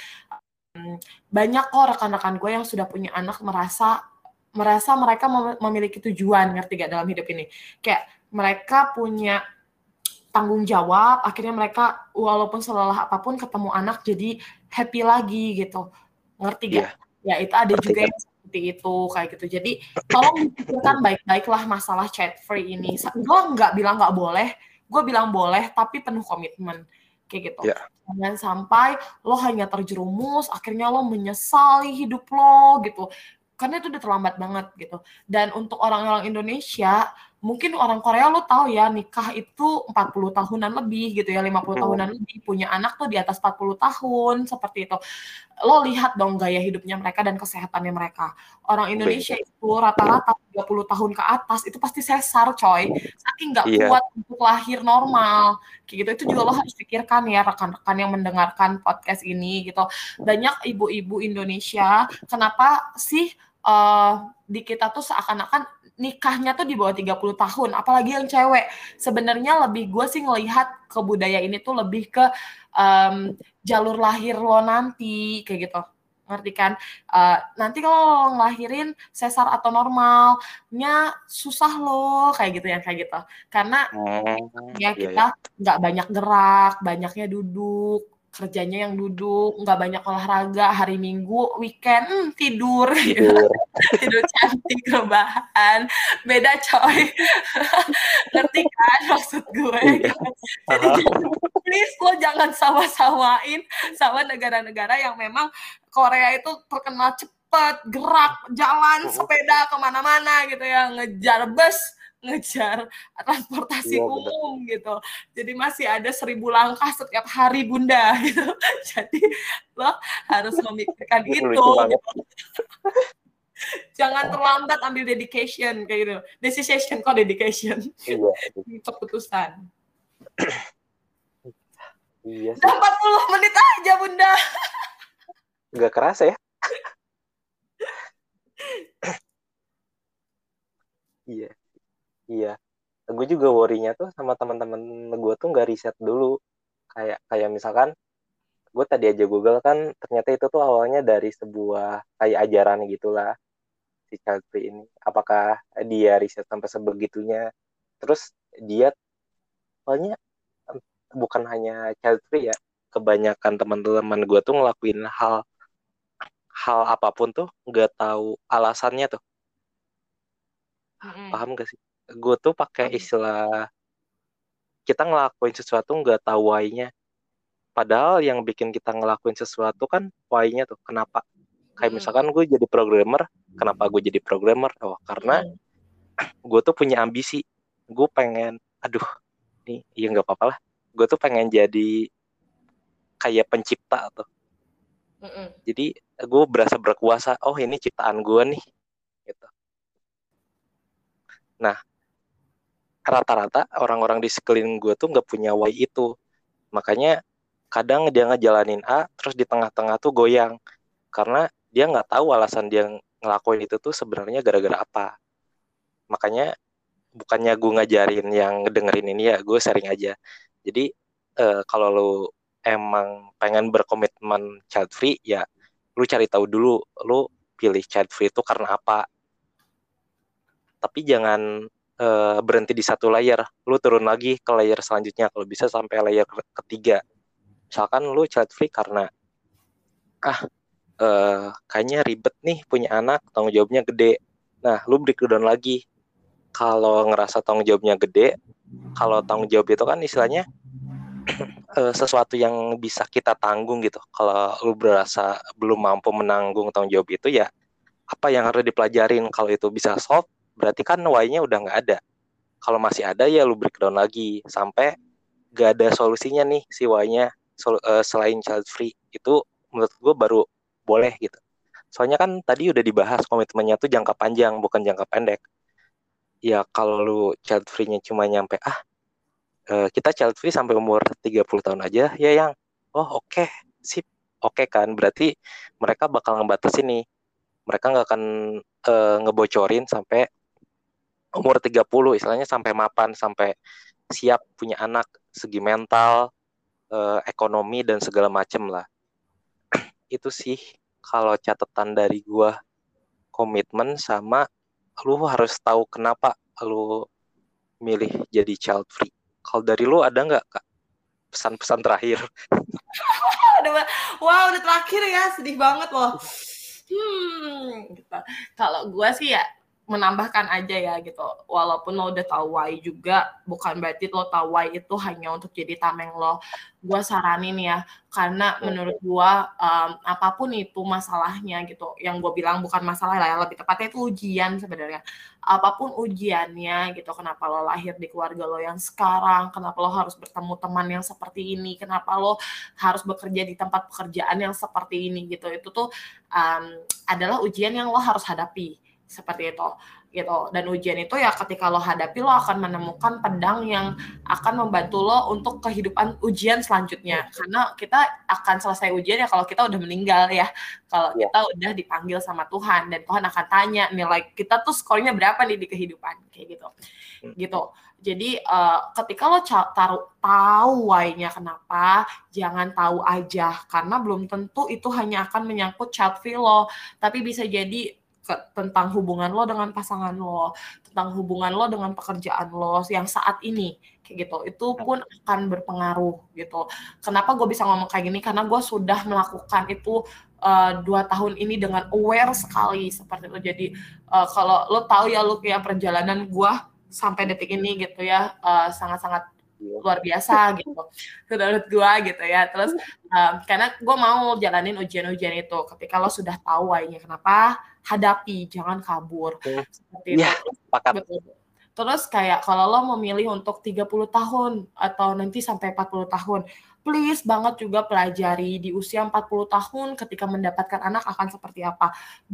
[SPEAKER 2] Banyak kok rekan-rekan gue yang sudah punya anak merasa mereka memiliki tujuan ngerti gak dalam hidup ini kayak mereka punya tanggung jawab, akhirnya mereka walaupun selelah apapun ketemu anak jadi happy lagi gitu. Ngerti gak? Ya itu ada juga yang seperti itu kayak gitu. Jadi tolong pikirkan baik-baiklah masalah chat free ini. Gue nggak bilang nggak boleh, gue bilang boleh tapi penuh komitmen kayak gitu. Jangan sampai lo hanya terjerumus, akhirnya lo menyesali hidup lo gitu. Karena itu udah terlambat banget gitu. Dan untuk orang-orang Indonesia mungkin orang Korea lo tahu ya nikah itu 40 tahunan lebih gitu ya 50 tahunan lebih punya anak tuh di atas 40 tahun seperti itu lo lihat dong gaya hidupnya mereka dan kesehatannya mereka orang Indonesia itu rata-rata 30 tahun ke atas itu pasti sesar coy saking nggak kuat untuk lahir normal kayak gitu itu juga lo harus pikirkan ya rekan-rekan yang mendengarkan podcast ini gitu banyak ibu-ibu Indonesia kenapa sih di kita tuh seakan-akan nikahnya tuh di bawah 30 tahun, apalagi yang cewek. Sebenarnya gue sih ngelihat ke budaya ini tuh lebih ke jalur lahir lo nanti, kayak gitu. Ngerti kan? Nanti kalau lo ngelahirin sesar atau normalnya susah lo, kayak gitu. Karena ya kita nggak banyak gerak, banyaknya duduk, kerjanya yang duduk, nggak banyak olahraga, hari Minggu, weekend, tidur tidur cantik, rebahan, beda coy. Ngerti kan maksud gue? Jadi please lo jangan sama-samain sama negara-negara yang memang Korea itu terkenal cepat, gerak, jalan, sepeda kemana-mana gitu ya, ngejar bus, ngejar transportasi umum gitu. Jadi masih ada 1000 langkah setiap hari bunda gitu. Jadi lo harus memikirkan itu gitu. Jangan terlambat ambil dedication kayak gitu. Decision kok dedication. Keputusan.
[SPEAKER 1] Iya sih.
[SPEAKER 2] 40 menit aja bunda.
[SPEAKER 1] Nggak kerasa ya. Iya. Gue juga worry-nya tuh sama teman-teman gue tuh nggak riset dulu. Kayak misalkan gue tadi aja Google kan ternyata itu tuh awalnya dari sebuah kayak ajaran gitulah. si child free ini? Apakah dia riset sampai sebegitunya? Terus dia, soalnya bukan hanya child free ya, kebanyakan teman-teman gue tuh ngelakuin hal apapun tuh nggak tahu alasannya tuh. Paham gak sih? Gue tuh pakai istilah kita ngelakuin sesuatu nggak tahu why-nya. Padahal yang bikin kita ngelakuin sesuatu kan why-nya tuh kenapa. Kayak misalkan gue jadi programmer, kenapa gue jadi programmer? Oh, karena gue tuh punya ambisi. Gue pengen, nih, ya nggak apa-apa lah. Gue tuh pengen jadi kayak pencipta tuh. Jadi gue berasa berkuasa. Oh, ini ciptaan gue nih. Gitu. Nah, rata-rata orang-orang di sekeliling gue tuh nggak punya why itu. Makanya kadang dia ngejalanin A, terus di tengah-tengah tuh goyang. Karena dia nggak tahu alasan dia ngelakuin itu tuh sebenarnya gara-gara apa. Makanya bukannya gue ngajarin yang dengerin ini ya, gue sharing aja. Jadi kalau lu emang pengen berkomitmen child free, ya lu cari tahu dulu, lu pilih child free itu karena apa. Tapi jangan berhenti di satu layer, lu turun lagi ke layer selanjutnya, kalau bisa sampai layer ketiga. Misalkan lu child free karena kayaknya ribet nih punya anak, tanggung jawabnya gede. Nah, lu breakdown lagi. Kalau ngerasa tanggung jawabnya gede, kalau tanggung jawab itu kan istilahnya sesuatu yang bisa kita tanggung gitu. Kalau lu berasa belum mampu menanggung tanggung jawab itu, ya apa yang harus dipelajarin. Kalau itu bisa solve, berarti kan why-nya udah nggak ada. Kalau masih ada, ya lu breakdown lagi sampai nggak ada solusinya nih si why-nya selain child free. Itu menurut gue baru boleh gitu. Soalnya kan tadi udah dibahas komitmennya tuh jangka panjang, bukan jangka pendek. Ya kalau lu child free-nya cuma nyampe kita child free sampai umur 30 tahun aja ya yang oke, sip, oke kan, berarti mereka bakal ngebatasin nih, mereka nggak akan ngebocorin sampai umur 30, istilahnya sampai mapan, sampai siap punya anak, segi mental, ekonomi dan segala macem lah. Itu sih kalau catatan dari gua, komitmen sama lu harus tahu kenapa lu milih jadi child free. Kalau dari lu ada nggak, Kak, pesan-pesan terakhir?
[SPEAKER 2] Wow, udah terakhir ya, sedih banget loh. Gitu. Kalau gue sih ya menambahkan aja ya gitu, walaupun lo udah tahu why juga, bukan berarti lo tahu why itu hanya untuk jadi tameng lo. Gue saranin ya, karena menurut gue apapun itu masalahnya gitu, yang gue bilang bukan masalah lah ya, lebih tepatnya itu ujian sebenarnya. Apapun ujiannya gitu, kenapa lo lahir di keluarga lo yang sekarang, kenapa lo harus bertemu teman yang seperti ini, kenapa lo harus bekerja di tempat pekerjaan yang seperti ini gitu, itu tuh adalah ujian yang lo harus hadapi seperti itu gitu. Dan ujian itu ya ketika lo hadapi, lo akan menemukan pedang yang akan membantu lo untuk kehidupan ujian selanjutnya, karena kita akan selesai ujian ya kalau kita udah meninggal ya, kalau kita udah dipanggil sama Tuhan dan Tuhan akan tanya nilai kita tuh skornya berapa nih di kehidupan kayak gitu. Jadi ketika lo tahu why-nya kenapa, jangan tahu aja, karena belum tentu itu hanya akan menyangkut child free lo, tapi bisa jadi tentang hubungan lo dengan pasangan lo, tentang hubungan lo dengan pekerjaan lo yang saat ini kayak gitu. Itu pun akan berpengaruh gitu. Kenapa gue bisa ngomong kayak gini? Karena gue sudah melakukan itu 2 tahun ini dengan aware sekali seperti itu. Jadi kalau lo tahu ya, lo kayak perjalanan gue sampai detik ini gitu ya, sangat-sangat luar biasa gitu menurut gue gitu ya. Terus karena gue mau jalanin ujian-ujian itu, ketika lo sudah tahu why-nya kenapa, hadapi, jangan kabur seperti itu. Betul. Terus kayak kalau lo memilih untuk 30 tahun atau nanti sampai 40 tahun, please banget juga pelajari di usia 40 tahun ketika mendapatkan anak akan seperti apa.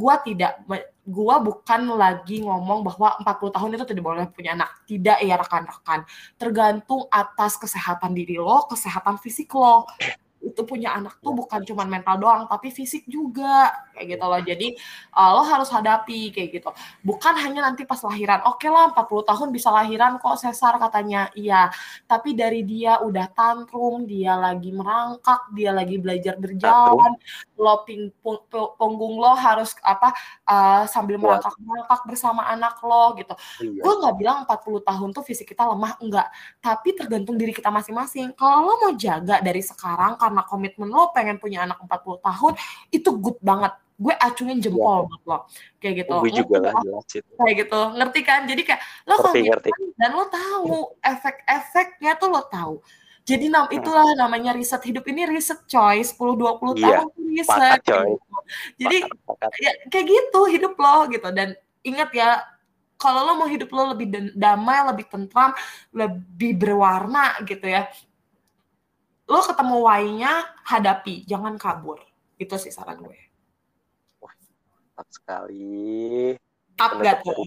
[SPEAKER 2] Gua bukan lagi ngomong bahwa 40 tahun itu tidak boleh punya anak. Tidak ya rekan-rekan. Tergantung atas kesehatan diri lo, kesehatan fisik lo. Itu punya anak tuh bukan cuma mental doang, tapi fisik juga kayak gitu loh. Jadi lo harus hadapi kayak gitu. Bukan hanya nanti pas lahiran. Oke lah 40 tahun bisa lahiran kok sesar katanya. Iya, tapi dari dia udah tantrum, dia lagi merangkak, dia lagi belajar berjalan, lo punggung lo harus sambil merangkak-merangkak bersama anak lo gitu. Gue nggak bilang 40 tahun tuh fisik kita lemah, enggak. Tapi tergantung diri kita masing-masing. Kalau lo mau jaga dari sekarang karena komitmen lo pengen punya anak 40 tahun, itu good banget. Gue acungin jempol buat lo. Kayak gitu.
[SPEAKER 1] Gue juga lah jelas itu.
[SPEAKER 2] Kayak gitu. Ngerti kan? Jadi kayak lo komitmen dan lo tahu efek-efeknya tuh lo tahu. Jadi itulah namanya riset hidup ini, riset coy, 10-20 tahun riset. Gitu. Jadi ya, kayak gitu hidup lo gitu. Dan ingat ya, kalau lo mau hidup lo lebih damai, lebih tentram, lebih berwarna gitu ya, lo ketemu why-nya, hadapi, jangan kabur. Itu sih saran gue.
[SPEAKER 1] Wah, mantap sekali.
[SPEAKER 2] Up gak tuh?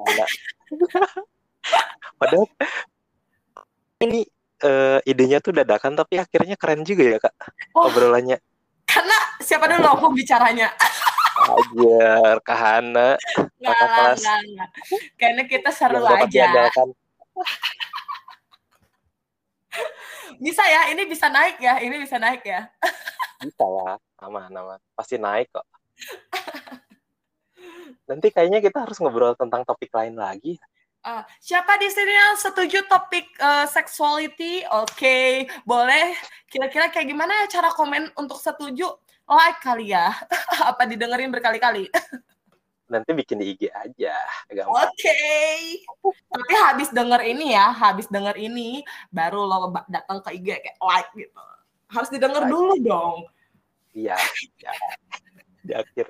[SPEAKER 1] Padahal ini idenya tuh dadakan, tapi akhirnya keren juga ya Kak, obrolannya.
[SPEAKER 2] Karena siapa dulu pembicaranya?
[SPEAKER 1] Ajar, Kak Hana.
[SPEAKER 2] Nggak. Kayaknya kita seru aja. Bisa ya, ini bisa naik ya, Bisa
[SPEAKER 1] lah, aman. Pasti naik kok. Nanti kayaknya kita harus ngobrol tentang topik lain lagi.
[SPEAKER 2] Siapa di sini yang setuju topik sexuality? Oke, boleh. Kira-kira kayak gimana ya cara komen untuk setuju? Like kali ya. Apa didengerin berkali-kali?
[SPEAKER 1] Nanti bikin di IG aja.
[SPEAKER 2] Oke. Tapi habis denger ini baru lo datang ke IG kayak like gitu. Harus didengar dulu dong.
[SPEAKER 1] Iya. Di akhir.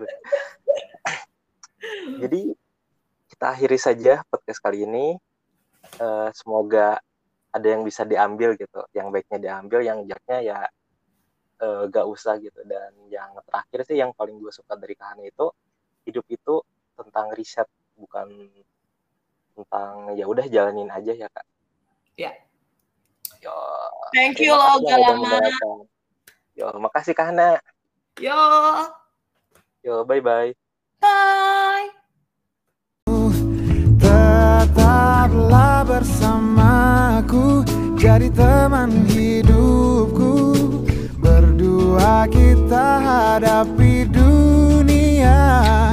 [SPEAKER 1] Jadi kita akhiri saja podcast kali ini. Semoga ada yang bisa diambil gitu. Yang baiknya diambil, yang jeleknya ya gak usah gitu. Dan yang terakhir sih yang paling gue suka dari Kak Hana itu, hidup itu tentang riset, bukan tentang ya udah jalanin aja ya Kak.
[SPEAKER 2] Ya. Yo. Thank you loh Galama.
[SPEAKER 1] Yo, makasih Kak Hana. Yo, bye-bye.
[SPEAKER 2] Bye.
[SPEAKER 3] Tetaplah bersamaku, jadi teman hidupku. Berdua kita hadapi dunia.